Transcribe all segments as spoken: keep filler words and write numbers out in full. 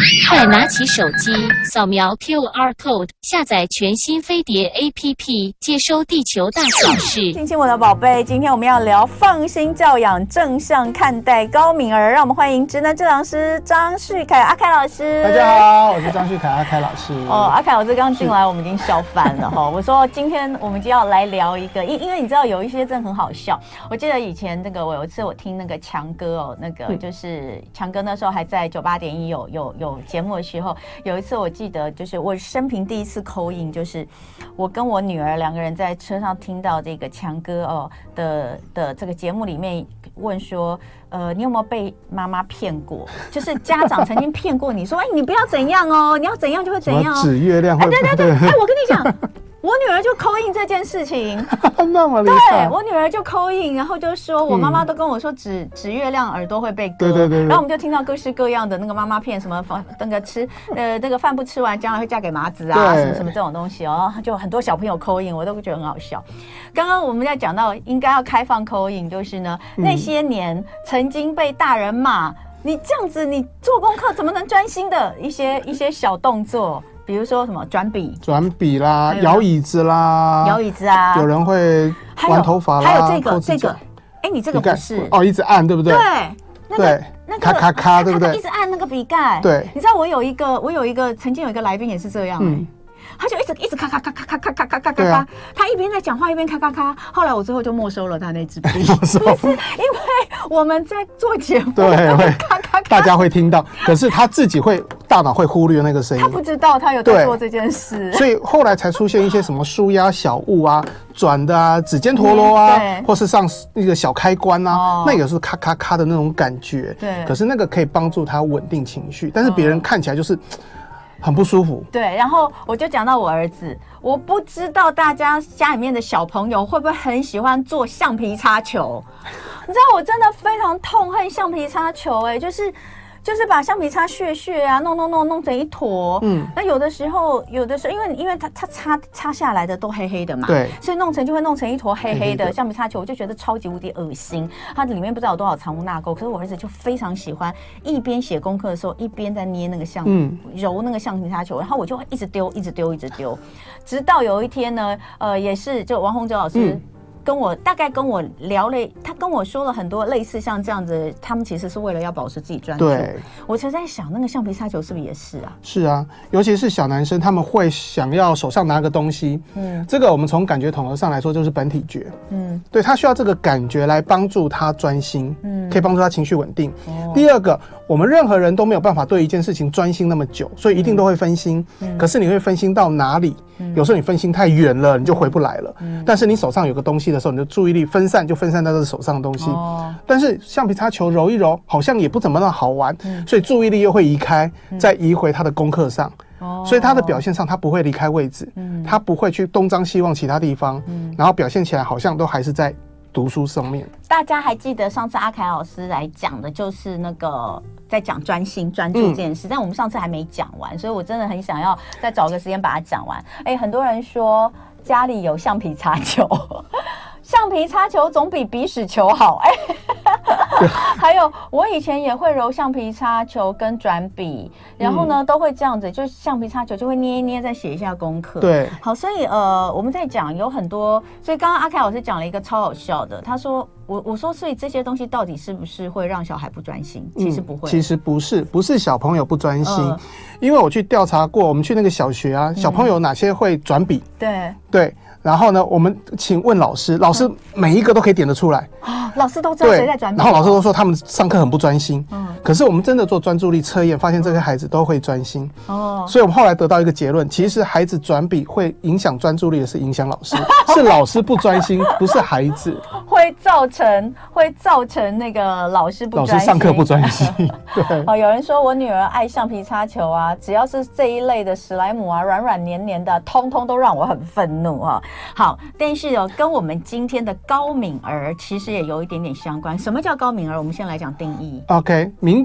快拿起手机，扫描 Q R code， 下载全新飞碟 A P P， 接收地球大小事。 亲亲我的宝贝，今天我们要聊放心教养，正向看待高敏儿，让我们欢迎职能治疗师张旭凯阿凯老师。 大家好，我是张旭凯阿凯老师。 哦，阿凯老师刚进来，我们已经笑翻了哈。我说今天我们就要来聊一个，因因为你知道有一些真的很好笑。我记得以前那个我有一次我听那个强哥哦，那个就是强哥那时候还在九八点一有有有节目的时候，有一次我记得就是我生平第一次call in，就是我跟我女儿两个人在车上听到这个强哥哦的的这个节目里面问说，呃，你有没有被妈妈骗过？就是家长曾经骗过你说，哎，你不要怎样哦，你要怎样就会怎样哦。 指月亮会， 哎，对对对，哎，我跟你讲。我女儿就call in这件事情， 那么厉害。 对，我女儿就call in，然后就说我妈妈都跟我说指指月亮耳朵会被割， 对对 对, 对。 然后我们就听到各式各样的那个妈妈骗什么那个吃呃那个饭不吃完将来会嫁给麻子啊，什么什么这种东西哦，就很多小朋友call in，我都觉得很好笑。刚刚我们在讲到应该要开放call in，就是呢、嗯、那些年曾经被大人骂你这样子，你做功课怎么能专心的一些一些小动作。比如说什么转笔、 转笔啦，摇椅子啦， 摇椅子啊， 有人会玩头发啦， 还有这个这个，哎，你这个不是哦，一直按对不对？ 对，那个对， 那个咔咔咔，对不对？ 一直按那个笔盖， 对。 你知道我有一个，我有一个曾经有一个来宾也是这样，嗯。他就一直一直咔咔咔咔咔咔咔咔咔咔咔，他一边在讲话一边咔咔咔。后来我最后就没收了他那支笔，不是因为我们在做节目， 对，会咔咔咔，大家会听到，可是他自己会大脑会忽略那个声音， 他不知道他有在做这件事， 所以后来才出现一些什么舒压小物啊、转的啊、指尖陀螺啊，或是上那个小开关啊，那也是咔咔咔的那种感觉。对，可是那个可以帮助他稳定情绪，但是别人看起来就是。很不舒服。 对，然后我就讲到我儿子，我不知道大家家里面的小朋友会不会很喜欢做橡皮擦球。你知道我真的非常痛恨橡皮擦球，哎，就是就是把橡皮擦屑屑啊弄弄弄弄成一坨。嗯，那有的时候有的时候因为因为它它擦擦下来的都黑黑的嘛， 对， 所以弄成就会弄成一坨黑黑的橡皮擦球，我就觉得超级无敌恶心。它里面不知道有多少藏污纳垢，可是我儿子就非常喜欢一边写功课的时候一边在捏那个橡、嗯、揉那个橡皮擦球，然后我就会一直丢一直丢一直丢，直到有一天呢，呃，也是就王洪哲老师。嗯跟我大概跟我聊了，他跟我说了很多类似像这样子，他们其实是为了要保持自己专注。对，我才在想，那个橡皮擦球是不是也是啊？ 是啊，尤其是小男生，他们会想要手上拿个东西。嗯，这个我们从感觉统合上来说，就是本体觉。嗯，对他需要这个感觉来帮助他专心，嗯，可以帮助他情绪稳定。哦、第二个，我们任何人都没有办法对一件事情专心那么久，所以一定都会分心。嗯、可是你会分心到哪里？嗯、有时候你分心太远了，你就回不来了。嗯、但是你手上有个东西的时候，你的注意力分散就分散到这手上的东西。哦、但是橡皮擦球揉一揉，好像也不怎么那好玩，嗯、所以注意力又会移开，嗯、再移回他的功课上。哦、所以他的表现上，他不会离开位置，嗯、他不会去东张西望其他地方，嗯、然后表现起来好像都还是在读书上面。 大家还记得上次阿凯老师来讲的就是那个在讲专心专注这件事，嗯、但我们上次还没讲完，所以我真的很想要再找个时间把它讲完。哎，很多人说家里有橡皮擦球，橡皮擦球总比鼻屎球好。哎，还有我以前也会揉橡皮擦球跟转笔，然后呢、嗯、都会这样子，就是橡皮擦球就会捏一捏，再写一下功课。 对， 好，所以呃我们在讲有很多，所以刚刚阿凯老师讲了一个超好笑的，他说我我说所以这些东西到底是不是会让小孩不专心？其实不会， 嗯、其实不是，不是小朋友不专心，呃、因为我去调查过，我们去那个小学啊，小朋友哪些会转笔？ 嗯、对对。然后呢，我们请问老师，老师每一个都可以点得出来， 哦、老师都知道谁在转笔。 然后老师都说他们上课很不专心，嗯，可是我们真的做专注力测验，发现这些孩子都会专心，哦，所以我们后来得到一个结论，其实孩子转笔会影响专注力的是影响老师，是老师不专心，不是孩子， 会造成会造成那个老师不专心， 老师上课不专心。对， 哦，有人说我女儿爱橡皮擦球啊，只要是这一类的史莱姆啊，软软黏黏的，通通都让我很愤怒啊。好，但是哦，跟我们今天的高敏儿其实也有一点点相关。什么叫高敏儿？我们先来讲定义。 OK， 敏感、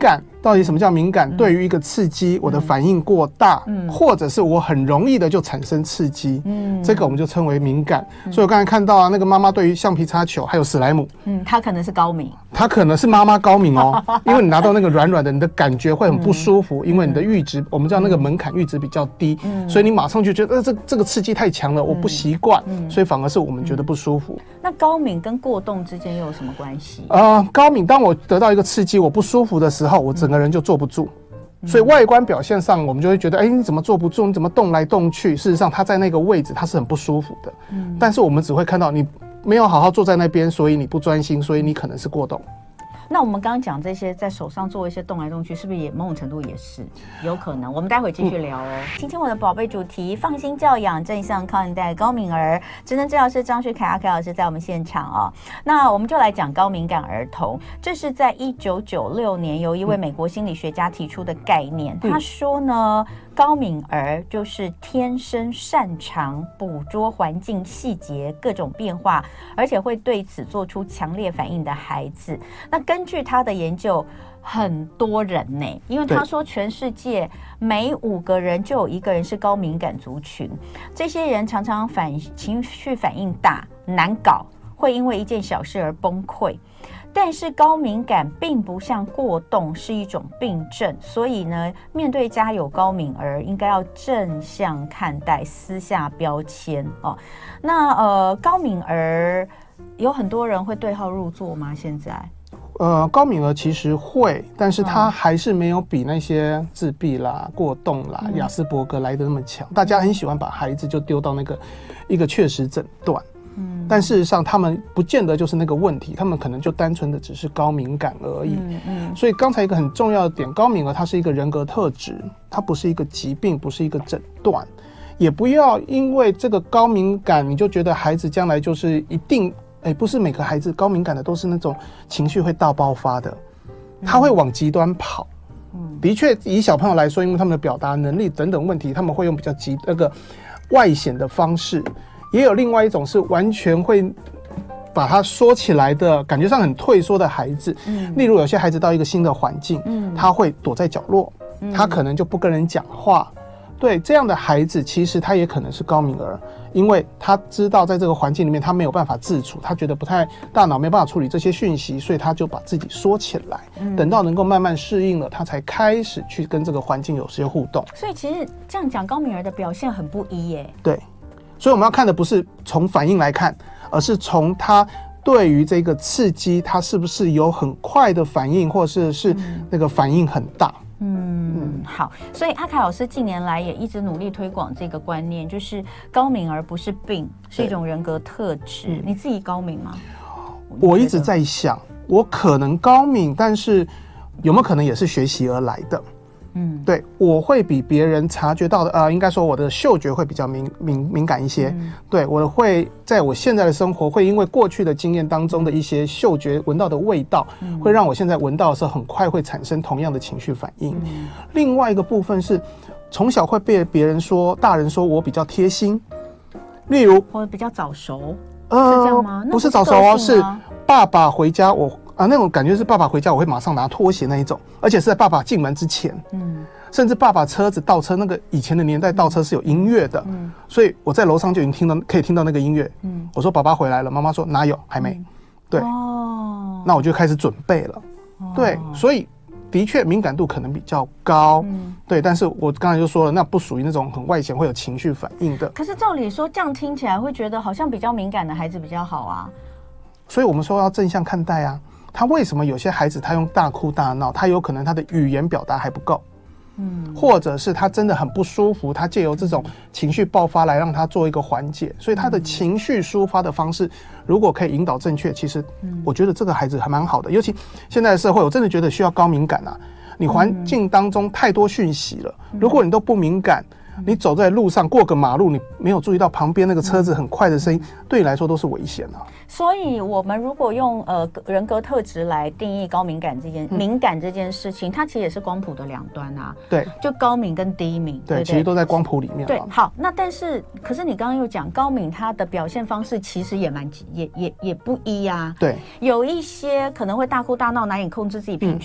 到底什么叫敏感？嗯、对于一个刺激，我的反应过大，嗯、或者是我很容易的就产生刺激，嗯，这个我们就称为敏感。嗯、所以我刚才看到啊，那个妈妈对于橡皮擦球还有史莱姆， 嗯，她可能是高敏， 她可能是妈妈高敏哦，因为你拿到那个软软的，你的感觉会很不舒服，嗯、因为你的阈值，我们知道那个门槛阈值比较低，嗯、所以你马上就觉得，呃，这这个刺激太强了，我不习惯，嗯、所以反而是我们觉得不舒服。 那高敏跟过动之间又有什么关系？ 呃，高敏，当我得到一个刺激，我不舒服的时候，我整个人就坐不住。嗯、所以外观表现上，我们就会觉得，哎、欸，你怎么坐不住？你怎么动来动去？事实上，它在那个位置，它是很不舒服的。嗯，但是我们只会看到你没有好好坐在那边，所以你不专心，所以你可能是过动。 那我们刚刚讲这些在手上做一些动来动去，是不是也某种程度也是有可能？我们待会继续聊哦。嗯、今天我的宝贝主题：放心教养，正向抗代高敏儿。职能治疗师张旭凯阿凯老师在我们现场哦。那我们就来讲高敏感儿童。这是在一九九六年由一位美国心理学家提出的概念。嗯、他说呢，高敏儿就是天生擅长捕捉环境细节各种变化，而且会对此做出强烈反应的孩子。那根据他的研究，很多人呢，因为他说全世界每五个人就有一个人是高敏感族群，这些人常常反情绪反应大，难搞，会因为一件小事而崩溃。但是高敏感并不像过动是一种病症，所以呢，面对家有高敏儿，应该要正向看待，撕下标签哦。那呃，高敏儿有很多人会对号入座吗？现在？ 呃，高敏儿其实会，但是他还是没有比那些自闭啦、过动啦、嗯、亚斯伯格来得那么强。大家很喜欢把孩子就丢到那个一个确实诊断，嗯，但事实上他们不见得就是那个问题，他们可能就单纯的只是高敏感而已。嗯嗯。所以刚才一个很重要的点，高敏儿它是一个人格特质，它不是一个疾病，不是一个诊断，也不要因为这个高敏感你就觉得孩子将来就是一定。哎，不是每个孩子高敏感的都是那种情绪会大爆发的，他会往极端跑。嗯，的确，以小朋友来说，因为他们的表达能力等等问题，他们会用比较极那个外显的方式。也有另外一种是完全会把它说起来的，感觉上很退缩的孩子。嗯，例如有些孩子到一个新的环境，嗯，他会躲在角落，嗯、他可能就不跟人讲话。对这样的孩子，其实他也可能是高敏儿，因为他知道在这个环境里面他没有办法自处，他觉得不太大脑没办法处理这些讯息，所以他就把自己缩起来，嗯、等到能够慢慢适应了，他才开始去跟这个环境有些互动。 所以其实这样讲，高敏儿的表现很不一耶。 对，所以我们要看的不是从反应来看，而是从他对于这个刺激，他是不是有很快的反应，或者是那个反应很大。 嗯，好，所以阿凯老师近年来也一直努力推广这个观念，就是高敏儿不是病，是一种人格特质。嗯、你自己高敏吗？ 我一直在想，我可能高敏，但是有没有可能也是学习而来的？嗯，对，我会比别人察觉到的，呃，应该说我的嗅觉会比较敏敏敏感一些。嗯、对，我会在我现在的生活，会因为过去的经验当中的一些嗅觉闻到的味道，嗯、会让我现在闻到的时候，很快会产生同样的情绪反应。嗯、另外一个部分是，从小会被别人说，大人说我比较贴心，例如我比较早熟，呃，是这样吗？ 不是早熟哦，是爸爸回家我。啊，那种感觉是爸爸回家我会马上拿拖鞋那一种，而且是在爸爸进门之前，嗯，甚至爸爸车子倒车，那个以前的年代倒车是有音乐的，嗯，所以我在楼上就已经听到可以听到那个音乐，嗯，我说爸爸回来了，妈妈说哪有还没，嗯、对，哦，那我就开始准备了，哦、对，所以的确敏感度可能比较高，嗯，对，但是我刚才就说了，那不属于那种很外显会有情绪反应的。 可是照理说这样听起来会觉得好像比较敏感的孩子比较好啊， 所以我们说要正向看待啊。他为什么有些孩子他用大哭大闹，他有可能他的语言表达还不够，嗯，或者是他真的很不舒服，他借由这种情绪爆发来让他做一个缓解，所以他的情绪抒发的方式如果可以引导正确，其实我觉得这个孩子还蛮好的。尤其现在的社会，我真的觉得需要高敏感啊，你环境当中太多讯息了，如果你都不敏感，你走在路上过个马路，你没有注意到旁边那个车子很快的声音，对你来说都是危险啊。 所以我们如果用呃人格特质来定义高敏感这件、嗯、敏感这件事情，它其实也是光谱的两端啊。对，就高敏跟低敏， 对, 对, 对， 其实都在光谱里面。 对，好，那但是可是你刚刚又讲高敏，它的表现方式其实也蛮也也也不一啊。对，有一些可能会大哭大闹，难以控制自己情绪，嗯、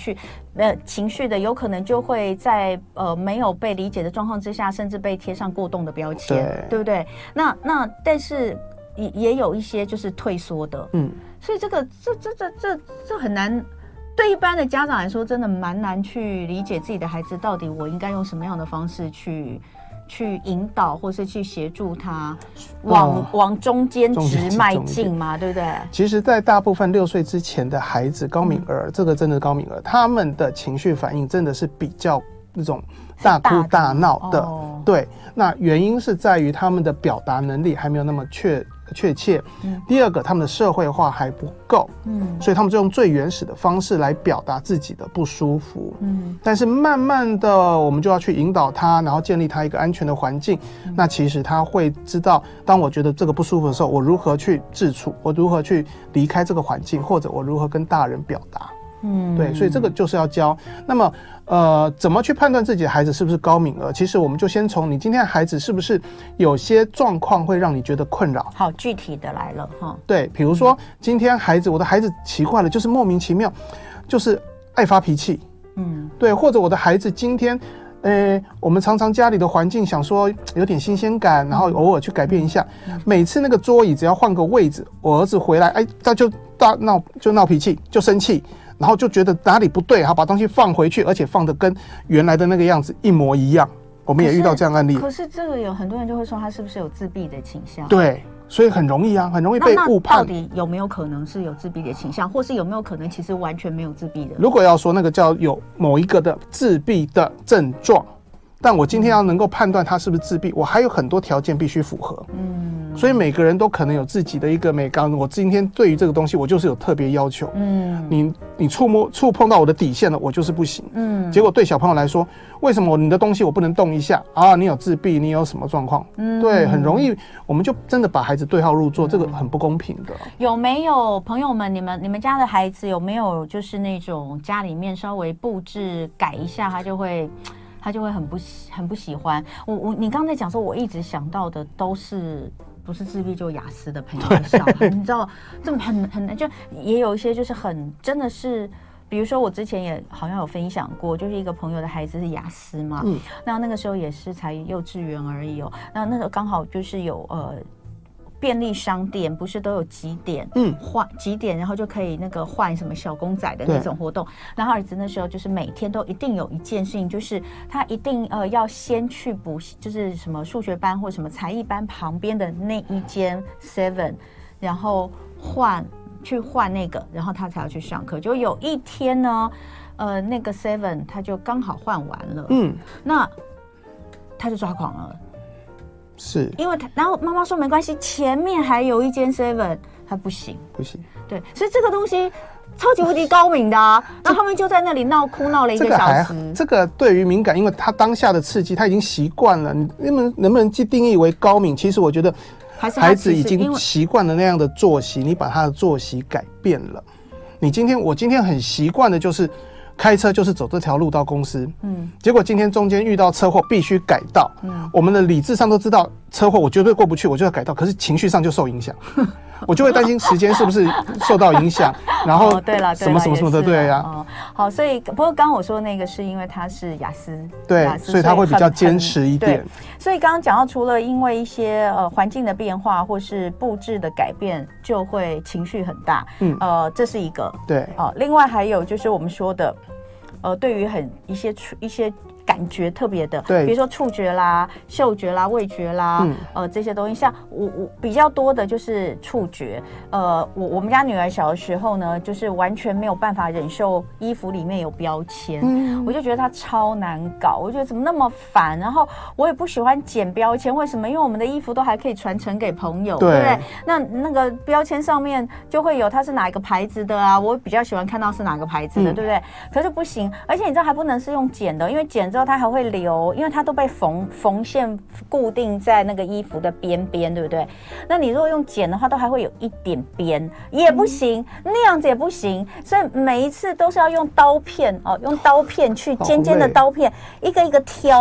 呃情绪的，有可能就会在呃没有被理解的状况之下，甚至被贴上过动的标签，对, 对不对？那那但是也也有一些就是退缩的，嗯，所以这个这这这这这很难。对一般的家长来说，真的蛮难去理解自己的孩子到底我应该用什么样的方式去去引导，或是去协助他往、哦、往中间值迈进嘛，对不对？ 其实，在大部分六岁之前的孩子，高敏儿、嗯、这个真的高敏儿，他们的情绪反应真的是比较那种大哭大闹的，哦、对。那原因是在于他们的表达能力还没有那么确。确切、嗯、第二个他们的社会化还不够、嗯、所以他们就用最原始的方式来表达自己的不舒服、嗯、但是慢慢的我们就要去引导他，然后建立他一个安全的环境、嗯、那其实他会知道当我觉得这个不舒服的时候，我如何去自处，我如何去离开这个环境，或者我如何跟大人表达，嗯，对，所以这个就是要教。那么呃，怎么去判断自己的孩子是不是高敏儿？其实我们就先从你今天的孩子是不是有些状况会让你觉得困扰。 好，具体的来了哈。 对，比如说、嗯、今天孩子，我的孩子奇怪了，就是莫名其妙，就是爱发脾气。嗯，对，或者我的孩子今天，呃，我们常常家里的环境想说有点新鲜感，然后偶尔去改变一下。嗯、每次那个桌椅只要换个位置，我儿子回来，哎，他就大闹就闹脾气，就生气。然后就觉得哪里不对，好把东西放回去，而且放的跟原来的那个样子一模一样。我们也遇到这样的案例。 可是这个有很多人就会说他是不是有自闭的倾向？ 对，所以很容易啊，很容易被误判。 到底有没有可能是有自闭的倾向，或是有没有可能其实完全没有自闭的？ 如果要说那个叫有某一个的自闭的症状，但我今天要能够判断他是不是自闭，我还有很多条件必须符合。嗯。所以每个人都可能有自己的一个美感。我今天对于这个东西，我就是有特别要求。嗯，你你触摸触碰到我的底线了，我就是不行。嗯，结果对小朋友来说，为什么你的东西我不能动一下啊？你有自闭，你有什么状况？嗯，对，很容易，我们就真的把孩子对号入座，嗯、这个很不公平的。 有没有朋友们，你们你们家的孩子有没有就是那种家里面稍微布置改一下，他就会？他就会很不很不喜欢我我你刚才讲说，我一直想到的都是不是自闭就雅思的朋友的小孩，你知道这么很很就也有一些就是很真的是，比如说我之前也好像有分享过，就是一个朋友的孩子是雅思嘛，嗯，那那个时候也是才幼稚园而已哦，那那时候刚好就是有呃。便利商店不是都有几点，嗯，换几点，然后就可以那个换什么小公仔的那种活动。然后儿子那时候就是每天都一定有一件事情，就是他一定呃要先去补习，就是什么数学班或什么才艺班旁边的那一间 Seven， 然后换去换那个，然后他才要去上课。就有一天呢，呃，那个 Seven 他就刚好换完了，嗯，那他就抓狂了。 是因为他，然后妈妈说没关系，前面还有一间 Seven， 他不行， 不行， 对，所以这个东西超级无敌高敏的啊，然后他们就在那里闹哭闹了一个小时。 这个, 这个对于敏感，因为他当下的刺激，他已经习惯了，你们能不能去定义为高敏？其实我觉得，孩子已经习惯了那样的作息，你把他的作息改变了。你今天，我今天很习惯的就是。开车就是走这条路到公司，嗯，结果今天中间遇到车祸，必须改道，嗯，我们的理智上都知道车祸我绝对过不去，我就要改道，可是情绪上就受影响，我就会担心时间是不是受到影响，然后对了， 什么什么什么的，对呀、啊哦， 好，所以不过刚刚我说的那个是因为他是雅思， 对，所以他会比较坚持一点。 所以刚刚讲到，除了因为一些呃环境的变化或是布置的改变，就会情绪很大，嗯，呃，这是一个， 对， 呃，另外还有就是我们说的。呃，对于很一些一些感觉特别的， 对， 比如说触觉啦、嗅觉啦、味觉啦，嗯、呃，这些东西，像我我比较多的就是触觉。呃，我我们家女儿小的时候呢，就是完全没有办法忍受衣服里面有标签，嗯、我就觉得她超难搞，我觉得怎么那么烦。然后我也不喜欢剪标签，为什么？因为我们的衣服都还可以传承给朋友， 对, 对不对？那那个标签上面就会有它是哪一个牌子的啊，我比较喜欢看到是哪个牌子的，嗯、对不对？可是不行，而且你知道还不能是用剪的，因为剪之后它还会留，因为它都被缝缝线固定在那个衣服的边边，对不对？那你如果用剪的话，都还会有一点边，也不行，嗯、那样子也不行。所以每一次都是要用刀片哦，用刀片去尖尖的刀片，一个一个挑，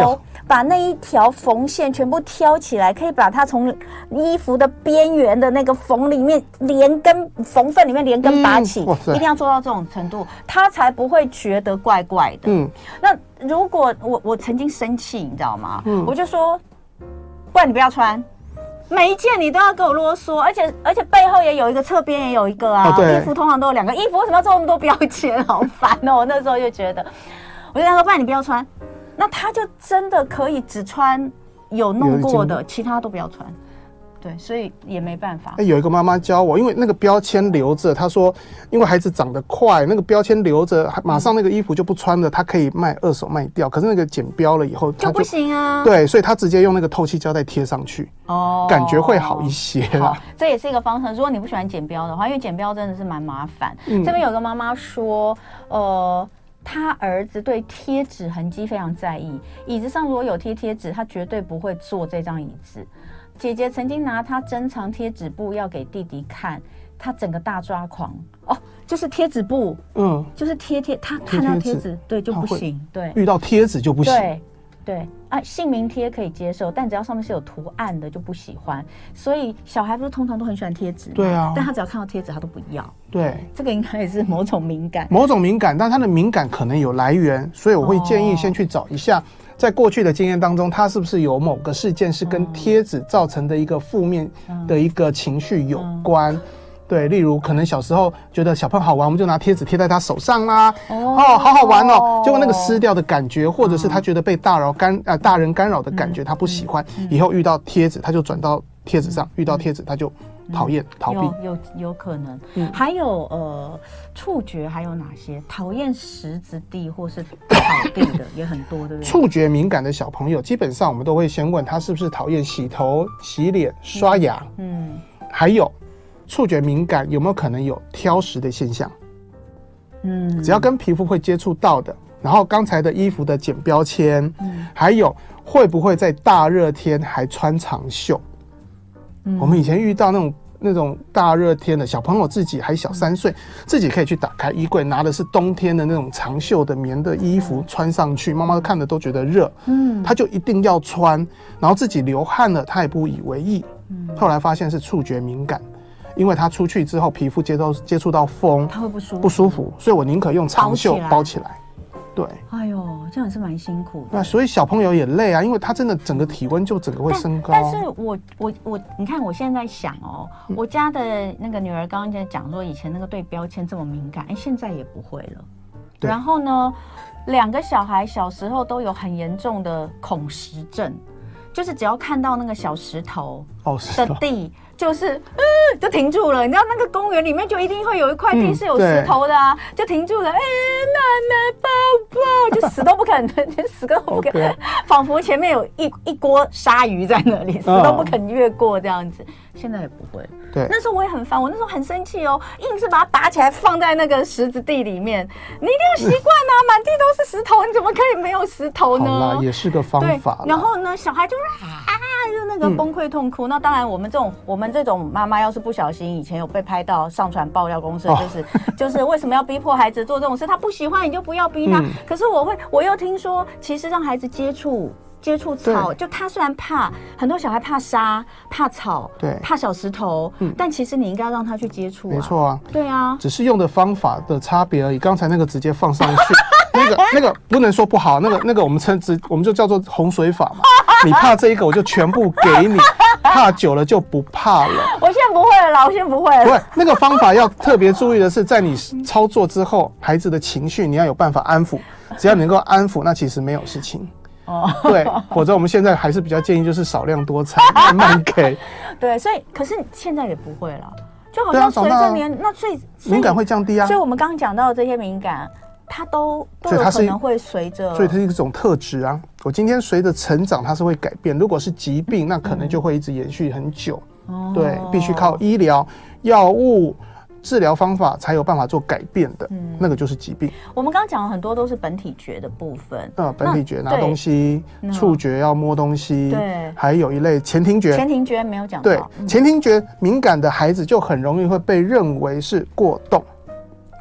把那一条缝线全部挑起来，可以把它从衣服的边缘的那个缝里面连根缝缝里面连根拔起，嗯、一定要做到这种程度，他才不会觉得怪怪的。嗯，那如果我我曾经生气，你知道吗？嗯，我就说，不然你不要穿。每一件你都要给我啰嗦，而且而且背后也有一个，侧边也有一个啊。哦、衣服通常都有两个，衣服为什么要做那么多标签？好烦哦！我那时候就觉得，我就跟他说，不然你不要穿。那他就真的可以只穿有弄过的，其他都不要穿。对，所以也没办法。哎， 有一个妈妈教我，因为那个标签留着，她说，因为孩子长得快，那个标签留着，马上那个衣服就不穿了，她可以卖二手卖掉。可是那个剪标了以后，就不行啊。 对，所以她直接用那个透气胶带贴上去，哦，感觉会好一些啦。 这也是一个方式。如果你不喜欢剪标的话，因为剪标真的是蛮麻烦。嗯、这边有个妈妈说，呃。他儿子对贴纸痕迹非常在意，椅子上如果有贴贴纸，他绝对不会坐这张椅子。姐姐曾经拿他珍藏贴纸布要给弟弟看，他整个大抓狂哦，就是贴纸布，嗯，就是贴贴，他看到贴纸，对就不行，对， 遇到贴纸就不行， 对对啊，姓名贴可以接受，但只要上面是有图案的就不喜欢。所以小孩不是通常都很喜欢贴纸吗？ 对啊， 但他只要看到贴纸他都不要。 对， 这个应该也是某种敏感， 某种敏感，但他的敏感可能有来源，所以我会建议先去找一下，在过去的经验当中，他是不是有某个事件是跟贴纸造成的一个负面的一个情绪有关。嗯对，例如可能小时候觉得小朋友好玩，我们就拿贴纸贴在他手上啦，哦，哦好好玩哦。结果那个撕掉的感觉，或者是他觉得被大扰干呃大人干扰的感觉，他不喜欢，嗯、以后遇到贴纸他就转到贴纸上，嗯、遇到贴纸他就讨厌、嗯、逃避， 有有有可能。嗯、还有呃触觉还有哪些？讨厌石子地或是草地的也很多，对不对？ 触觉敏感的小朋友，基本上我们都会先问他是不是讨厌洗头、洗脸、刷牙，嗯，嗯还有。触觉敏感有没有可能有挑食的现象？嗯，只要跟皮肤会接触到的，然后刚才的衣服的剪标签，嗯，还有会不会在大热天还穿长袖？嗯，我们以前遇到那种那种大热天的小朋友自己还小三岁，嗯、自己可以去打开衣柜，拿的是冬天的那种长袖的棉的衣服穿上去，妈妈看了都觉得热，嗯，他就一定要穿，然后自己流汗了，他也不以为意，嗯，后来发现是触觉敏感。因为他出去之后，皮肤接到接触到风， 他会不舒服， 不舒服，所以我宁可用长袖包起来。对， 哎呦，这样也是蛮辛苦的。 那所以小朋友也累啊，因为他真的整个体温就整个会升高。 但, 但是我我我，你看我现在想哦，嗯、我家的那个女儿刚刚在讲说，以前那个对标签这么敏感，哎，现在也不会了。然后呢，两个小孩小时候都有很严重的恐石症，就是只要看到那个小石头的地。哦就是，嗯，就停住了。你知道那个公园里面就一定会有一块地是有石头的啊，嗯、就停住了。哎、欸，奶奶抱抱，就死都不肯，就死都不肯， okay. 仿佛前面有一一锅鲨鱼在那里，死都不肯越过这样子。现在也不会。 对， 那时候我也很烦，我那时候很生气哦，硬是把它拔起来放在那个石子地里面。你一定要习惯啊，满地都是石头，你怎么可以没有石头呢？ 好啦，也是个方法。 然后呢，小孩就是啊，就那个崩溃痛哭。嗯、那当然，我们这种我们这种妈妈要是不小心，以前有被拍到上传爆料公社，就是、哦、就是为什么要逼迫孩子做这种事？他不喜欢你就不要逼他。嗯、可是我会，我又听说，其实让孩子接触。接触草，就他虽然怕，很多小孩怕沙、怕草，对，怕小石头，嗯，但其实你应该让他去接触、啊。没错啊， 对啊， 只是用的方法的差别而已。刚才那个直接放上去，那个那个不能说不好，那个那个我们称之我们就叫做洪水法嘛。你怕这一个，我就全部给你，怕久了就不怕了。 我现在不会了啦，我现在不会了。 不会，那个方法要特别注意的是，在你操作之后，孩子的情绪你要有办法安抚，只要能够安抚，那其实没有事情。哦，对，否则我们现在还是比较建议就是少量多餐，慢慢给。 对，所以可是现在也不会了，就好像随着年、啊、那所以敏感会降低啊。 所以我们刚刚讲到的这些敏感，它都都有可能会随着， 所以它是一种特质啊。我今天随着成长，它是会改变。如果是疾病，那可能就会一直延续很久。嗯、对，必须靠医疗药物。治疗方法才有办法做改变的，嗯、那个就是疾病。 我们刚刚讲了很多都是本体觉的部分， 呃，本体觉拿东西，触觉要摸东西，对，还有一类前庭觉。 前庭觉没有讲到，对， 嗯、前庭觉敏感的孩子就很容易会被认为是过动。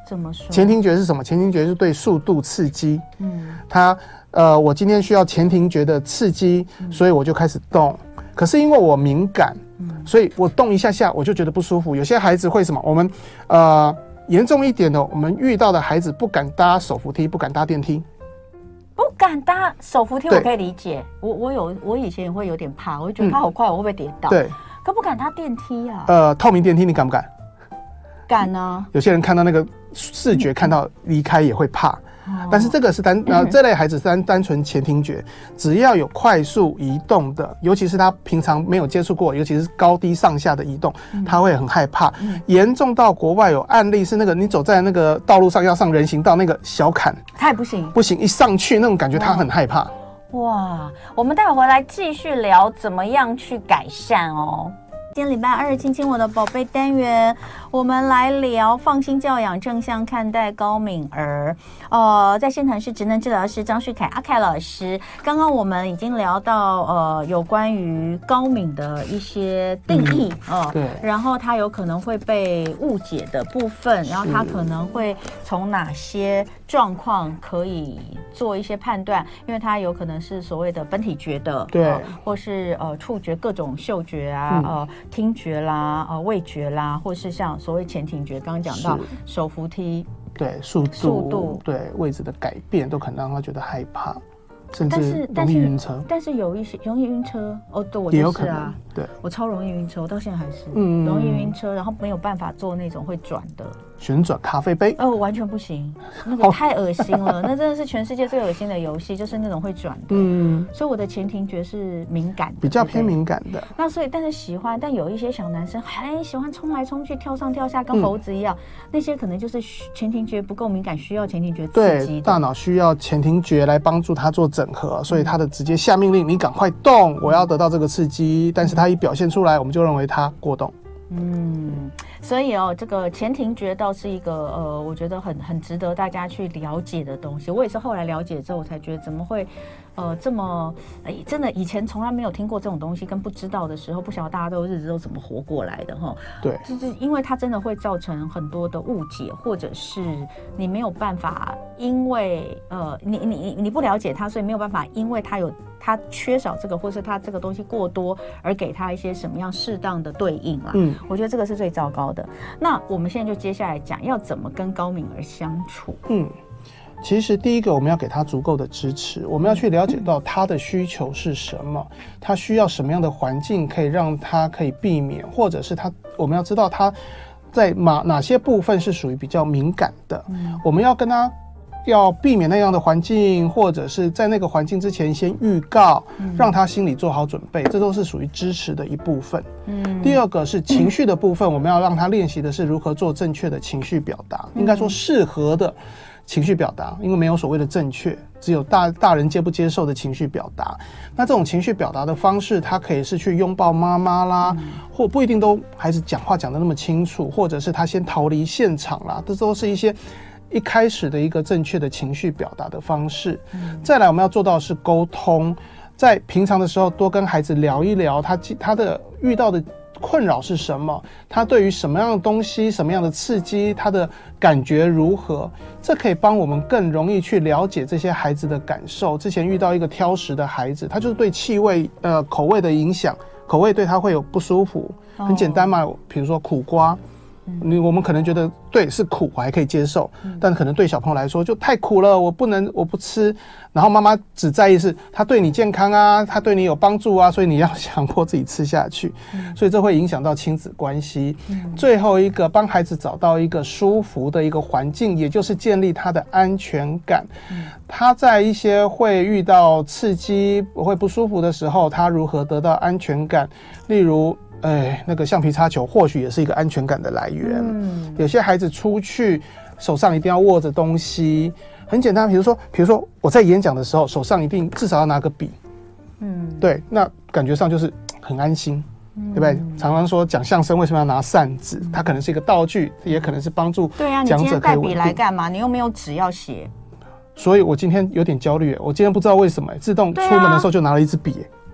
怎么说？ 前庭觉是什么？前庭觉是对速度刺激。嗯，它呃，我今天需要前庭觉的刺激，嗯、所以我就开始动。可是因为我敏感，嗯、所以我动一下下我就觉得不舒服。有些孩子会什么？我们呃严重一点的，我们遇到的孩子不敢搭手扶梯，不敢搭电梯。 不敢搭手扶梯，我可以理解。我我有我以前也会有点怕，我会觉得它好快，嗯、我会不会跌倒？对。可不敢搭电梯啊？ 呃，透明电梯你敢不敢？ 敢啊！ 有些人看到那个视觉，看到离开也会怕。嗯、但是这个是单呃这类孩子是单单纯前庭觉，只要有快速移动的，尤其是他平常没有接触过，尤其是高低上下的移动，嗯、他会很害怕。嗯、严重到国外有案例是那个你走在那个道路上要上人行道那个小坎， 他也不行， 不行，一上去那种感觉他很害怕。 哇，我们待会回来继续聊怎么样去改善哦。今天礼拜二，亲亲我的宝贝单元，我们来聊放心教养，正向看待高敏儿。呃，在现场是职能治疗师张旭凯阿凯老师。刚刚我们已经聊到呃有关于高敏的一些定义哦、嗯呃，对，然后它有可能会被误解的部分，然后它可能会从哪些状况可以做一些判断，因为它有可能是所谓的本体觉的，对，呃、或是呃触觉各种嗅觉啊，嗯、呃。听觉啦，呃，味觉啦，或是像所谓前庭觉，刚刚讲到手扶梯， 对速度，速度，对位置的改变，都可能让他觉得害怕，甚至容易晕车。 但是有一些容易晕车，哦，对，我就是啊，对，我超容易晕车，我到现在还是，嗯，容易晕车，然后没有办法做那种会转的。 旋转咖啡杯哦，完全不行，那个太恶心了，那真的是全世界最恶心的游戏，就是那种会转的。嗯，所以我的前庭觉是敏感的， 比较偏敏感的。 那所以，但是喜欢，但有一些小男生很喜欢冲来冲去、跳上跳下，跟猴子一样，嗯、那些可能就是前庭觉不够敏感，需要前庭觉刺激的。 对，大脑需要前庭觉来帮助他做整合，所以他的直接下命令，你赶快动，我要得到这个刺激。但是他一表现出来，我们就认为他过动。 嗯，所以哦，这个前庭觉倒是一个呃，我觉得很很值得大家去了解的东西。我也是后来了解之后，我才觉得怎么会呃这么哎，真的以前从来没有听过这种东西，跟不知道的时候，不晓得大家都日子都怎么活过来的哈。 对， 就是因为它真的会造成很多的误解，或者是你没有办法，因为呃你你你不了解它，所以没有办法，因为它有。他缺少这个，或是他这个东西过多，而给他一些什么样适当的对应啦。嗯，我觉得这个是最糟糕的。那我们现在就接下来讲要怎么跟高敏儿相处。 嗯，其实第一个我们要给他足够的支持，我们要去了解到他的需求是什么，他需要什么样的环境可以让他可以避免，或者是他我们要知道他在哪哪些部分是属于比较敏感的，嗯、我们要跟他。要避免那样的环境，或者是在那个环境之前先预告，嗯、让他心里做好准备，这都是属于支持的一部分。嗯，第二个是情绪的部分，我们要让他练习的是如何做正确的情绪表达，嗯、应该说适合的情绪表达，因为没有所谓的正确，只有大大人接不接受的情绪表达。那这种情绪表达的方式，他可以是去拥抱妈妈啦，嗯、或不一定都还是讲话讲得那么清楚，或者是他先逃离现场啦，这都是一些。一开始的一个正确的情绪表达的方式，嗯、再来我们要做到的是沟通，在平常的时候多跟孩子聊一聊他他的遇到的困扰是什么，他对于什么样的东西、什么样的刺激，他的感觉如何，这可以帮我们更容易去了解这些孩子的感受。之前遇到一个挑食的孩子，他就是对气味、呃口味的影响，口味对他会有不舒服，很简单嘛，比如说苦瓜。你我们可能觉得对是苦，我还可以接受，嗯、但可能对小朋友来说就太苦了，我不能我不吃。然后妈妈只在意是他对你健康啊，他对你有帮助啊，所以你要强迫自己吃下去，嗯、所以这会影响到亲子关系。嗯、最后一个，帮孩子找到一个舒服的一个环境，也就是建立他的安全感。嗯、他在一些会遇到刺激、会不舒服的时候，他如何得到安全感？例如。哎，那个橡皮擦球或许也是一个安全感的来源。嗯，有些孩子出去手上一定要握着东西，很简单，比如说，比如说我在演讲的时候，手上一定至少要拿个笔。嗯，对，那感觉上就是很安心，嗯、对不对？常常说讲相声为什么要拿扇子？它可能是一个道具，也可能是帮助对啊，你今天带笔来干嘛？你又没有纸要写。所以我今天有点焦虑，我今天不知道为什么自动出门的时候就拿了一支笔。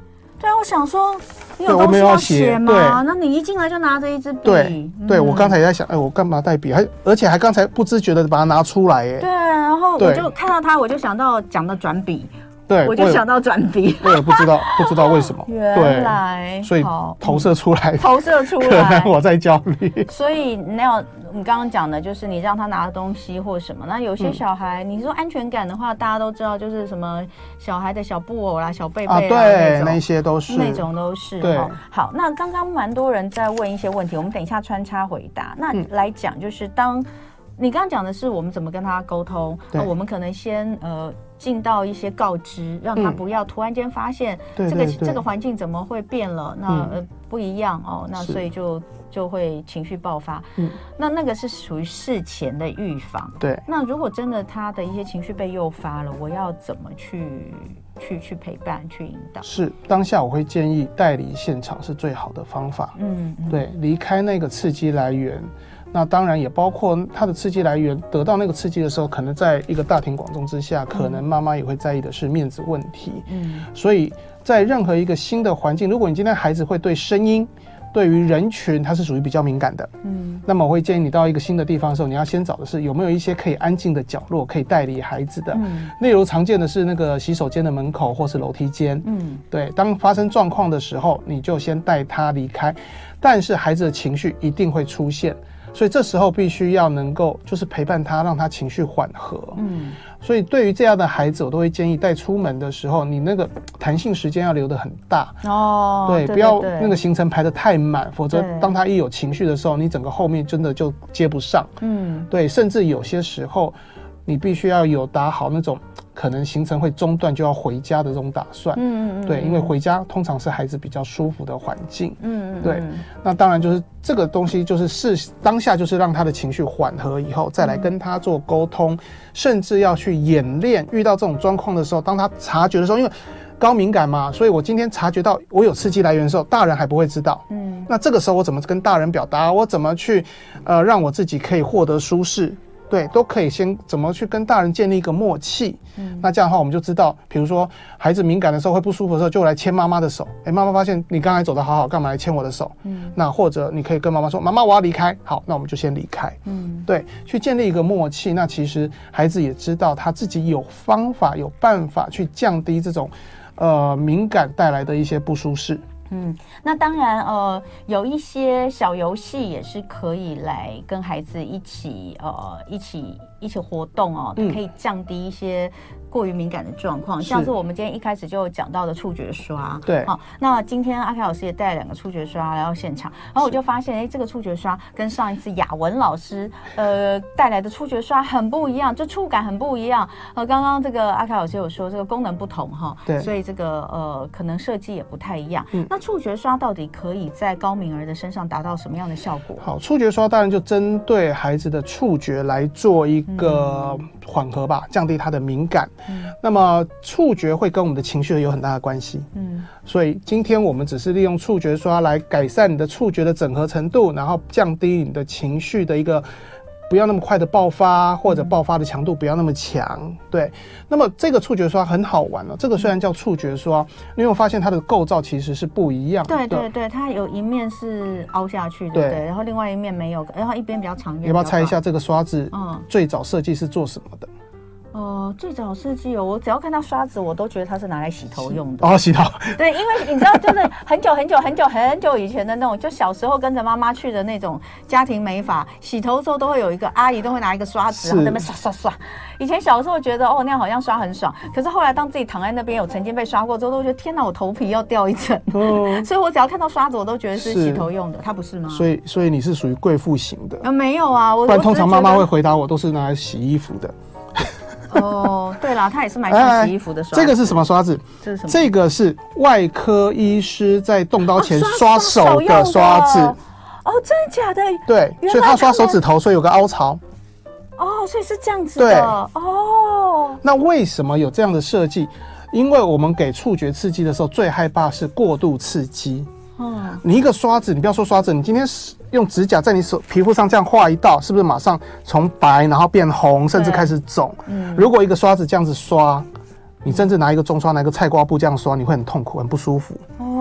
对啊，我想说。你有东西要写吗？那你一进来就拿着一支笔。 对，嗯、对我刚才也在想，哎，我干嘛带笔？还而且还刚才不自觉的把它拿出来，哎。 对，然后我就看到它，我就想到讲的转笔。 对， 我就想到转笔， 我也不知道，不知道为什么。 原来， 所以投射出来， 投射出来， 可能我在焦虑。 所以那要你刚刚讲的，就是你让他拿东西或什么。那有些小孩，嗯、你说安全感的话，大家都知道，就是什么小孩的小布偶啦、小贝贝啊， 对，那些都是， 那种都是。 对， 好，那刚刚蛮多人在问一些问题，我们等一下穿插回答。那来讲，就是当你刚刚讲的是我们怎么跟他沟通，那我们可能先呃。进到一些告知，让他不要突然间发现这个、嗯、这个环境怎么会变了，那、嗯、呃不一样哦，那所以就就会情绪爆发。嗯，那那个是属于事前的预防。 对， 那如果真的他的一些情绪被诱发了，我要怎么去去去陪伴、去引导？ 是当下我会建议带离现场是最好的方法。嗯，嗯对，离开那个刺激来源。那当然也包括他的刺激来源，得到那个刺激的时候，可能在一个大庭广众之下，可能妈妈也会在意的是面子问题。嗯，所以在任何一个新的环境，如果你今天孩子会对声音、对于人群，他是属于比较敏感的。嗯，那么我会建议你到一个新的地方的时候，你要先找的是有没有一些可以安静的角落，可以带离孩子的。嗯，例如常见的是那个洗手间的门口或是楼梯间。嗯，对，当发生状况的时候，你就先带他离开，但是孩子的情绪一定会出现。所以这时候必须要能够就是陪伴他，让他情绪缓和。嗯，所以对于这样的孩子，我都会建议带出门的时候，你那个弹性时间要留得很大。哦，对，对对对，不要那个行程排得太满，否则当他一有情绪的时候，你整个后面真的就接不上。嗯，对，甚至有些时候你必须要有打好那种可能行程会中断就要回家的这种打算。嗯嗯，对，因为回家通常是孩子比较舒服的环境。嗯嗯，对，那当然就是这个东西就是是当下就是让他的情绪缓和以后，再来跟他做沟通，甚至要去演练遇到这种状况的时候，当他察觉的时候，因为高敏感嘛，所以我今天察觉到我有刺激来源的时候，大人还不会知道。嗯，那这个时候我怎么跟大人表达？我怎么去呃让我自己可以获得舒适？对，都可以先怎么去跟大人建立一个默契。嗯，那这样的话我们就知道，比如说孩子敏感的时候会不舒服的时候，就来牵妈妈的手。哎，妈妈发现你刚才走得好好，干嘛来牵我的手？嗯，那或者你可以跟妈妈说，妈妈我要离开。好，那我们就先离开。嗯，对，去建立一个默契。那其实孩子也知道他自己有方法、有办法去降低这种呃敏感带来的一些不舒适。 嗯，那当然，呃，有一些小游戏也是可以来跟孩子一起，呃，一起一起活动哦，可以降低一些过于敏感的状况，像是我们今天一开始就讲到的触觉刷。 对， 好，那今天阿凯老师也带了两个触觉刷来到现场，然后我就发现，哎，这个触觉刷跟上一次雅文老师呃带来的触觉刷很不一样，就触感很不一样。呃，刚刚这个阿凯老师有说这个功能不同哈，对，所以这个呃可能设计也不太一样。嗯，那触觉刷到底可以在高敏儿的身上达到什么样的效果？ 好，触觉刷当然就针对孩子的触觉来做一个缓和吧，降低他的敏感。嗯，那么触觉会跟我们的情绪有很大的关系。嗯，所以今天我们只是利用触觉刷来改善你的触觉的整合程度，然后降低你的情绪的一个不要那么快的爆发，或者爆发的强度不要那么强。对，那么这个触觉刷很好玩哦。这个虽然叫触觉刷，因为我发现它的构造其实是不一样的。 对对对，它有一面是凹下去，对不对？然后另外一面没有，然后一边比较长一点。 要不要猜一下这个刷子最早设计是做什么的？ 呃，最早设计哦，我只要看到刷子，我都觉得它是拿来洗头用的。 哦，洗头。 对，因为你知道，就是很久很久很久很久以前的那种，就小时候跟着妈妈去的那种家庭美发，洗头的时候都会有一个阿姨都会拿一个刷子，然后在那边刷刷刷。以前小时候觉得哦那样好像刷很爽，可是后来当自己躺在那边有曾经被刷过之后，都觉得天哪，我头皮要掉一层。哦，所以我只要看到刷子，我都觉得是洗头用的，它不是吗？ 所以，所以你是属于贵妇型的。 呃，没有啊，我不然通常妈妈会回答我都是拿来洗衣服的。 哦，对啦，它也是蛮像洗衣服的刷子。 这个是什么刷子？ 这是什么？ 这个是外科医师在动刀前刷手的刷子。 哦，真的假的？ 对，所以他刷手指头，所以有个凹槽。 哦，所以是这样子的。对，哦。 那为什么有这样的设计？因为我们给触觉刺激的时候，最害怕是过度刺激。嗯，你一个刷子，你不要说刷子，你今天用指甲在你手皮肤上这样画一道，是不是马上从白然后变红，甚至开始肿？嗯，如果一个刷子这样子刷，你甚至拿一个中刷，拿一个菜瓜布这样刷，你会很痛苦，很不舒服。哦，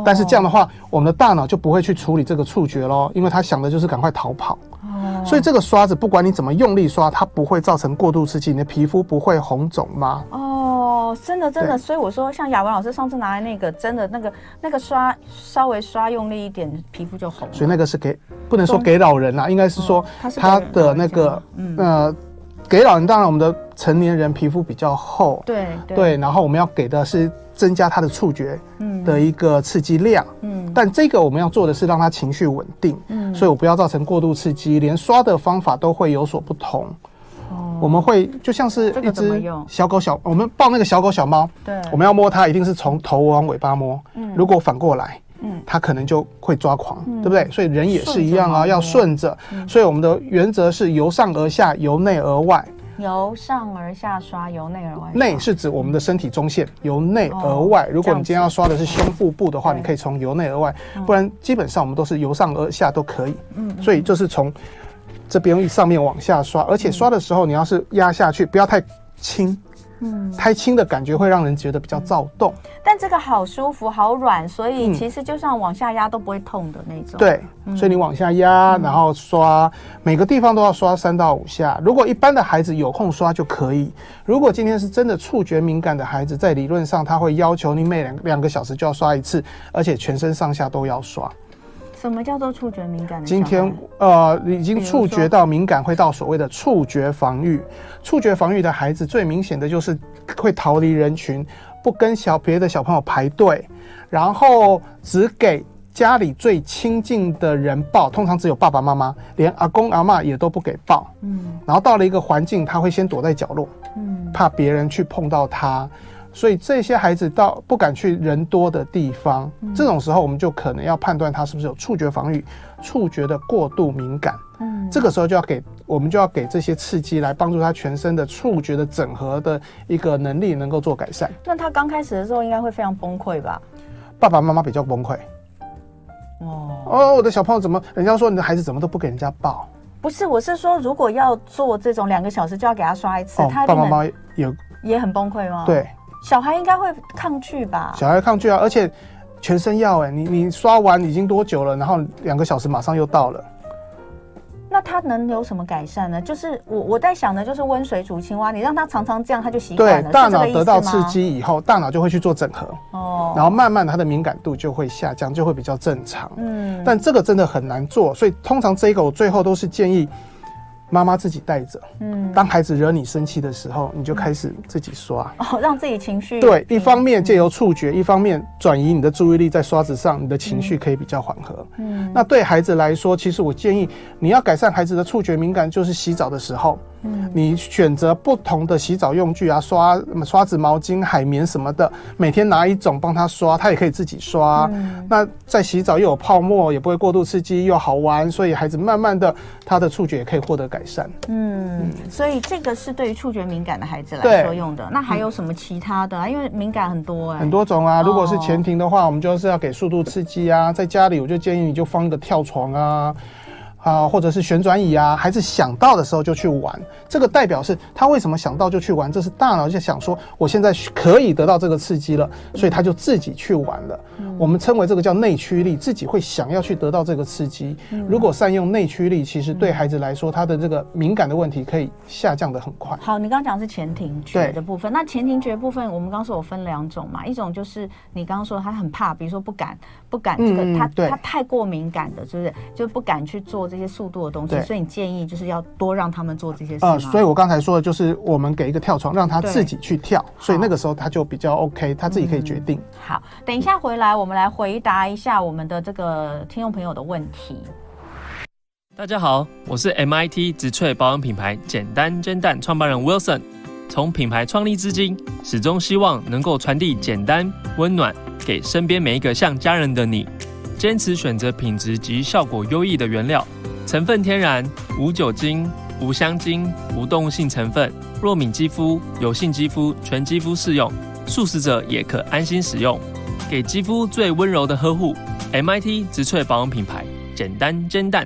但是这样的话，我们的大脑就不会去处理这个触觉咯，因为他想的就是赶快逃跑。哦，所以这个刷子不管你怎么用力刷，它不会造成过度刺激，你的皮肤不会红肿吗？ 哦，真的真的，所以我说像雅文老师上次拿来那个，真的那个那个刷稍微刷用力一点，皮肤就红了。 所以那个是给不能说给老人啦，应该是说他的那个、嗯、呃。给老人，当然我们的成年人皮肤比较厚， 对 对, 对，然后我们要给的是增加他的触觉的一个刺激量，嗯，但这个我们要做的是让他情绪稳定，嗯，所以我不要造成过度刺激，连刷的方法都会有所不同。哦，我们会就像是一只小狗小，我们抱那个小狗小猫，对，我们要摸它一定是从头往尾巴摸，嗯，如果反过来。嗯，他可能就会抓狂，嗯、对不对？所以人也是一样啊，要顺着、嗯。所以我们的原则是由上而下，由内而外。 由上而下刷，由内而外。 内是指我们的身体中线，由内而外。哦、如果你今天要刷的是胸腹部的话，你可以从由内而外，不然基本上我们都是由上而下都可以。嗯，所以就是从这边上面往下刷，而且刷的时候你要是压下去，不要太轻。嗯，太轻的感觉会让人觉得比较躁动， 但这个好舒服好软，所以其实就算往下压都不会痛的那种。 对，嗯、所以你往下压，然后刷，每个地方都要刷三到五下。如果一般的孩子有空刷就可以，如果今天是真的触觉敏感的孩子，在理论上他会要求你每两两个小时就要刷一次，而且全身上下都要刷。 什么叫做触觉敏感的？ 今天呃，已经触觉到敏感，会到所谓的触觉防御。触觉防御的孩子最明显的就是会逃离人群，不跟小别的小朋友排队，然后只给家里最亲近的人抱，通常只有爸爸妈妈，连阿公阿嬷也都不给抱。嗯，然后到了一个环境，他会先躲在角落，嗯，怕别人去碰到他。所以这些孩子到不敢去人多的地方，嗯、这种时候我们就可能要判断他是不是有触觉防御、触觉的过度敏感。嗯，这个时候就要给我们就要给这些刺激来帮助他全身的触觉的整合的一个能力能够做改善。 那他刚开始的时候应该会非常崩溃吧？ 爸爸妈妈比较崩溃。哦哦，我的小朋友怎么？人家说你的孩子怎么都不给人家抱？ 不是，我是说如果要做这种两个小时就要给他刷一次， 哦、 他爸爸妈妈也也很崩溃吗？ 对。 小孩应该会抗拒吧？ 小孩抗拒啊，而且全身药哎、欸，你你刷完已经多久了？然后两个小时马上又到了。 那他能有什么改善呢？就是我我在想的，就是温水煮青蛙，你让他常常这样，他就习惯了。 对，大脑得到刺激以后，大脑就会去做整合，哦，然后慢慢的他的敏感度就会下降，就会比较正常。嗯，但这个真的很难做，所以通常这个我最后都是建议。妈妈自己带着，嗯，当孩子惹你生气的时候，你就开始自己刷， 哦，让自己情绪对，一方面借由触觉，嗯、一方面转移你的注意力在刷子上，你的情绪可以比较缓和。嗯，那对孩子来说，其实我建议你要改善孩子的触觉敏感，就是洗澡的时候。嗯，你选择不同的洗澡用具啊，刷刷子、毛巾、海绵什么的，每天拿一种帮他刷，他也可以自己刷。嗯，那在洗澡又有泡沫，也不会过度刺激，又好玩，所以孩子慢慢的他的触觉也可以获得改善。 嗯，嗯所以这个是对于触觉敏感的孩子来说用的。那还有什么其他的啊？因为敏感很多哎、欸， 很多种啊。如果是前庭的话，哦、我们就是要给速度刺激啊。在家里，我就建议你就放一个跳床啊。啊，或者是旋转椅啊，孩子想到的时候就去玩，这个代表是他为什么想到就去玩，这是大脑就想说我现在可以得到这个刺激了，所以他就自己去玩了。嗯、我们称为这个叫内驱力，自己会想要去得到这个刺激。嗯、如果善用内驱力，其实对孩子来说，他的这个敏感的问题可以下降得很快。 好，你刚刚讲的是前庭觉的部分，那前庭觉部分，我们刚刚说有分两种嘛，一种就是你刚刚说他很怕，比如说不敢不敢这个、嗯、他他太过敏感的，是不是就不敢去做这些速度的东西，所以你建议就是要多让他们做这些事吗？呃， 所以我刚才说的就是我们给一个跳床，让他自己去跳，所以那个时候他就比较 OK， 他自己可以决定。嗯、 好，等一下回来我们来回答一下我们的这个听众朋友的问题。 大家好，我是 M I T 植萃保养品牌简单煎蛋创办人 Wilson。从品牌创立至今，始终希望能够传递简单温暖给身边每一个像家人的你。坚持选择品质及效果优异的原料，成分天然，无酒精、无香精、无动物性成分。若敏肌肤、油性肌肤全肌肤适用，素食者也可安心使用，给肌肤最温柔的呵护。M I T 植萃保养品牌，简单煎蛋。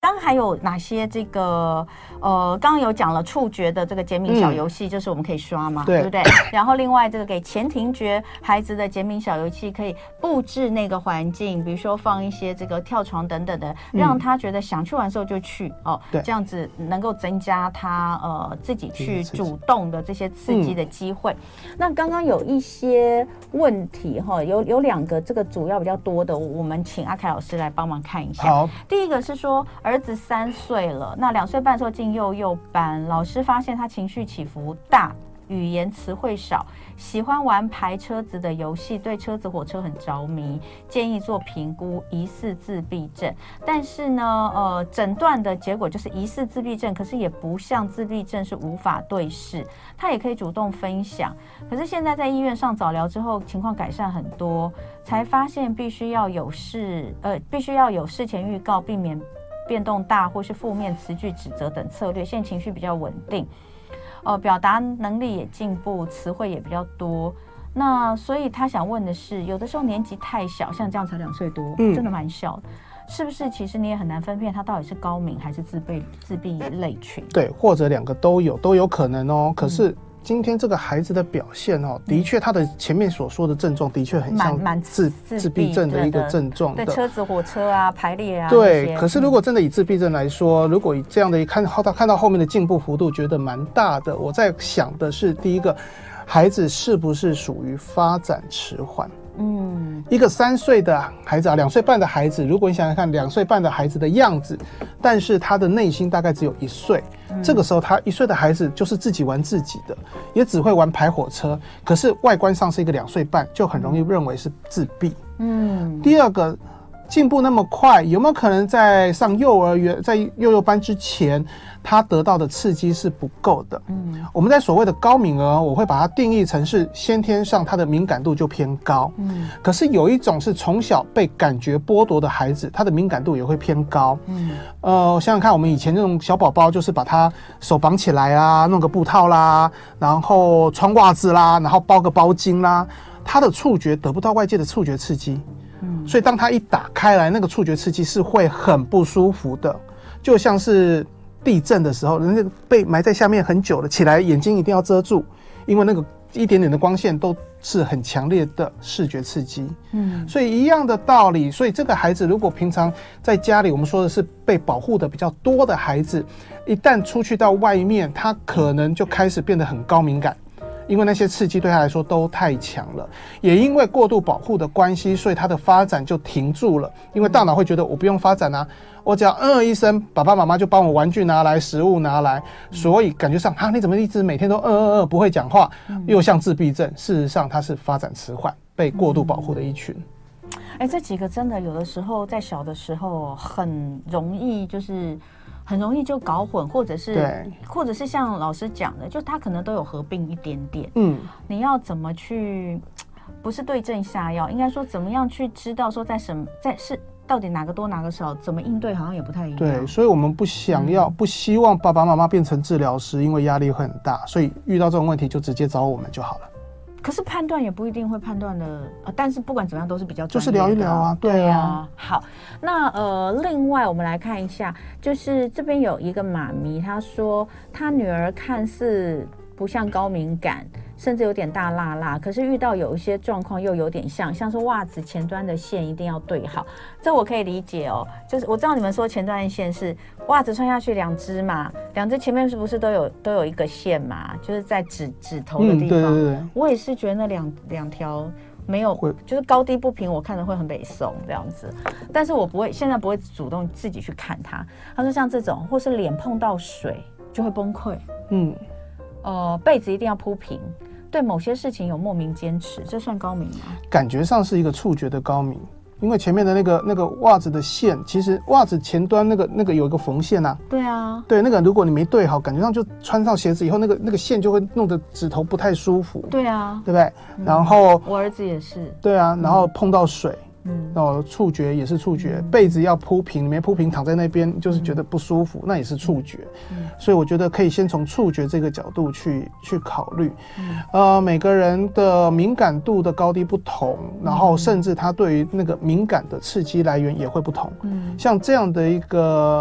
刚刚还有哪些这个呃，刚刚有讲了触觉的这个减敏小游戏，嗯、就是我们可以刷嘛，对, 对不对？然后另外这个给前庭觉孩子的减敏小游戏，可以布置那个环境，比如说放一些这个跳床等等的，让他觉得想去玩的时候就去哦，对，这样子能够增加他呃自己去主动的这些刺激的机会。嗯、那刚刚有一些问题哈，有有两个这个主要比较多的，我们请阿凯老师来帮忙看一下。 好， 第一个是说儿子三岁了，那两岁半的时候进幼幼班，老师发现他情绪起伏大，语言词汇少，喜欢玩排车子的游戏，对车子火车很着迷，建议做评估，疑似自闭症。但是呢呃，诊断的结果就是疑似自闭症，可是也不像自闭症，是无法对视，他也可以主动分享。可是现在在医院上早疗之后，情况改善很多，才发现必须要有事呃，必须要有事前预告，避免变动大或是负面词句指责等策略。现在情绪比较稳定，呃，表达能力也进步，词汇也比较多。那所以他想问的是，有的时候年纪太小，像这样才两岁多，嗯、真的蛮小的，是不是？其实你也很难分辨他到底是高敏还是自闭自闭类群？对， 或者两个都有，都有可能哦。可是、嗯今天这个孩子的表现哦，的确他的前面所说的症状的确很像自自闭症的一个症状的， 对车子、火车啊、排列啊。 对，可是如果真的以自闭症来说，如果以这样的看到看到后面的进步幅度，觉得蛮大的。我在想的是，第一个，孩子是不是属于发展迟缓？嗯，一个三岁的孩子啊，两岁半的孩子，如果你想想看，两岁半的孩子的样子，但是他的内心大概只有一岁。这个时候他一岁的孩子就是自己玩自己的，也只会玩排火车，可是外观上是一个两岁半，就很容易认为是自闭。嗯，第二个，进步那么快，有没有可能在上幼儿园在幼幼班之前他得到的刺激是不够的？嗯，我们在所谓的高敏儿，我会把它定义成是先天上他的敏感度就偏高。嗯，可是有一种是从小被感觉剥夺的孩子，他的敏感度也会偏高。嗯，呃，想想看，我们以前那种小宝宝，就是把他手绑起来啦，弄个布套啦，然后穿袜子啦，然后包个包巾啦，他的触觉得不到外界的触觉刺激。嗯，所以当他一打开来，那个触觉刺激是会很不舒服的，就像是地震的时候，人家被埋在下面很久了，起来眼睛一定要遮住，因为那个一点点的光线都是很强烈的视觉刺激。嗯，所以一样的道理，所以这个孩子如果平常在家里，我们说的是被保护的比较多的孩子，一旦出去到外面，他可能就开始变得很高敏感。因为那些刺激对他来说都太强了，也因为过度保护的关系，所以他的发展就停住了。因为大脑会觉得我不用发展啊，我只要嗯一声，爸爸妈妈就帮我玩具拿来，食物拿来，所以感觉上啊，你怎么一直每天都嗯嗯嗯不会讲话，又像自闭症？事实上，他是发展迟缓，被过度保护的一群。 哎、欸，这几个真的有的时候在小的时候很容易就是。很容易就搞混，或者是或者是像老师讲的，就他可能都有合并一点点。嗯，你要怎么去，不是对症下药，应该说怎么样去知道说在什么在是到底哪个多哪个少，怎么应对好像也不太一样。 对，所以我们不想要、嗯、不希望爸爸妈妈变成治疗师，因为压力会很大，所以遇到这种问题就直接找我们就好了。 可是判断也不一定会判断的、呃、但是不管怎么样都是比较专业的， 就是聊一聊啊，对啊。 好，那呃，另外我们来看一下，就是这边有一个妈咪，她说她女儿看似不像高敏感，甚至有点大辣辣，可是遇到有一些状况又有点像，像是袜子前端的线一定要对好，这我可以理解哦。就是我知道你们说前端的线是袜子穿下去两只嘛，两只前面是不是都有都有一个线嘛？就是在指指头的地方。嗯、对对对。我也是觉得那两两条没有，就是高低不平，我看着会很北宋这样子。但是我不会，现在不会主动自己去看它。他说像这种，或是脸碰到水就会崩溃。嗯。呃，被子一定要铺平，对某些事情有莫名坚持，这算高敏吗？ 感觉上是一个触觉的高敏，因为前面的那个那个袜子的线，其实袜子前端那个那个有一个缝线啊。 对啊， 对，那个如果你没对好，感觉上就穿上鞋子以后，那个那个线就会弄得指头不太舒服。 对啊， 对不对？嗯、然后我儿子也是。 对啊，然后碰到水。嗯，哦，触觉也是触觉，嗯、被子要铺平，你没铺平躺在那边就是觉得不舒服，嗯、那也是触觉。嗯、所以我觉得可以先从触觉这个角度去去考虑。嗯、呃，每个人的敏感度的高低不同，然后甚至他对于那个敏感的刺激来源也会不同。嗯，像这样的一个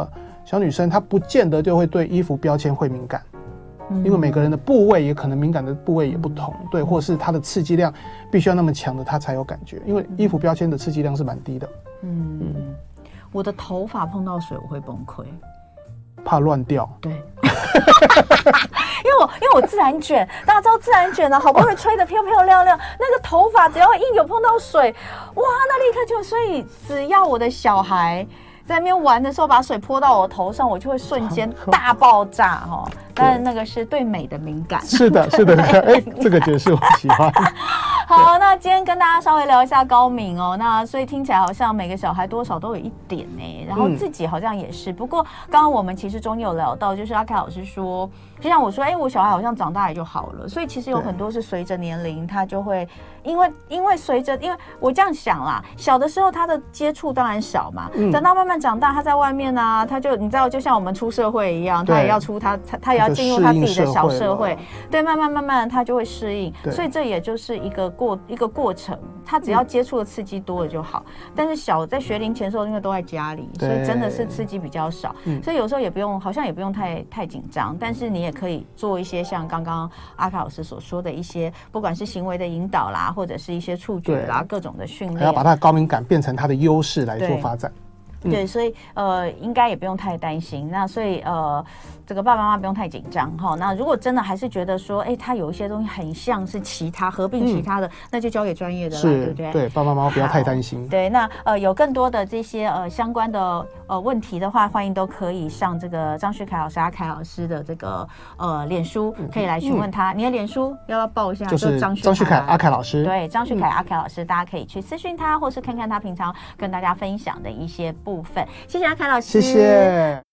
小女生她不见得就会对衣服标签会敏感。因为每个人的部位也可能敏感的部位也不同，对，或是它的刺激量必须要那么强的，它才有感觉。因为衣服标签的刺激量是蛮低的。嗯，嗯我的头发碰到水我会崩溃， 怕乱掉。 对，因为我因为我自然卷，大家知道自然卷呢、啊，好不容易吹得漂漂亮亮，那个头发只要一有碰到水，哇，那立刻就，所以只要我的小孩在那边玩的时候，把水泼到我头上，我就会瞬间大爆炸哈、哦。但是那个是对美的敏感。 是的，是的，哎，这个解释我喜欢。 好，那今天跟大家稍微聊一下高敏哦，那所以听起来好像每个小孩多少都有一点呢，然后自己好像也是。嗯、不过刚刚我们其实中间有聊到，就是阿凯老师说，就像我说，哎，我小孩好像长大也就好了，所以其实有很多是随着年龄，他就会因为因为随着，因为我这样想啦，小的时候他的接触当然少嘛，嗯、等到慢慢长大，他在外面啊，他就你知道，就像我们出社会一样，他也要出他他他也要进入他自己的小社会，对，慢慢慢慢他就会适应，所以这也就是一个过一个过程，他只要接触的刺激多了就好。嗯、但是小在学龄前的时候，因为都在家里，所以真的是刺激比较少，嗯、所以有时候也不用，好像也不用太太紧张。但是你也可以做一些像刚刚阿卡老师所说的一些，不管是行为的引导啦，或者是一些触觉啦，各种的训练， 还要把他的高敏感变成他的优势来做发展。 对，所以呃，应该也不用太担心。那所以呃，这个爸爸妈妈不用太紧张哈。那如果真的还是觉得说，哎，他有一些东西很像是其他合并其他的，嗯、那就交给专业的了，对不对？ 对，爸爸妈妈不要太担心。 对，那呃，有更多的这些呃相关的呃问题的话，欢迎都可以上这个张旭凯老师、阿凯老师的这个呃脸书，可以来询问他。嗯、你的脸书要不要报一下？ 就是张旭凯、阿凯老师。 对，张旭凯、阿凯老师，大家可以去私讯他，或是看看他平常跟大家分享的一些部分。谢谢阿凯老师， 谢谢。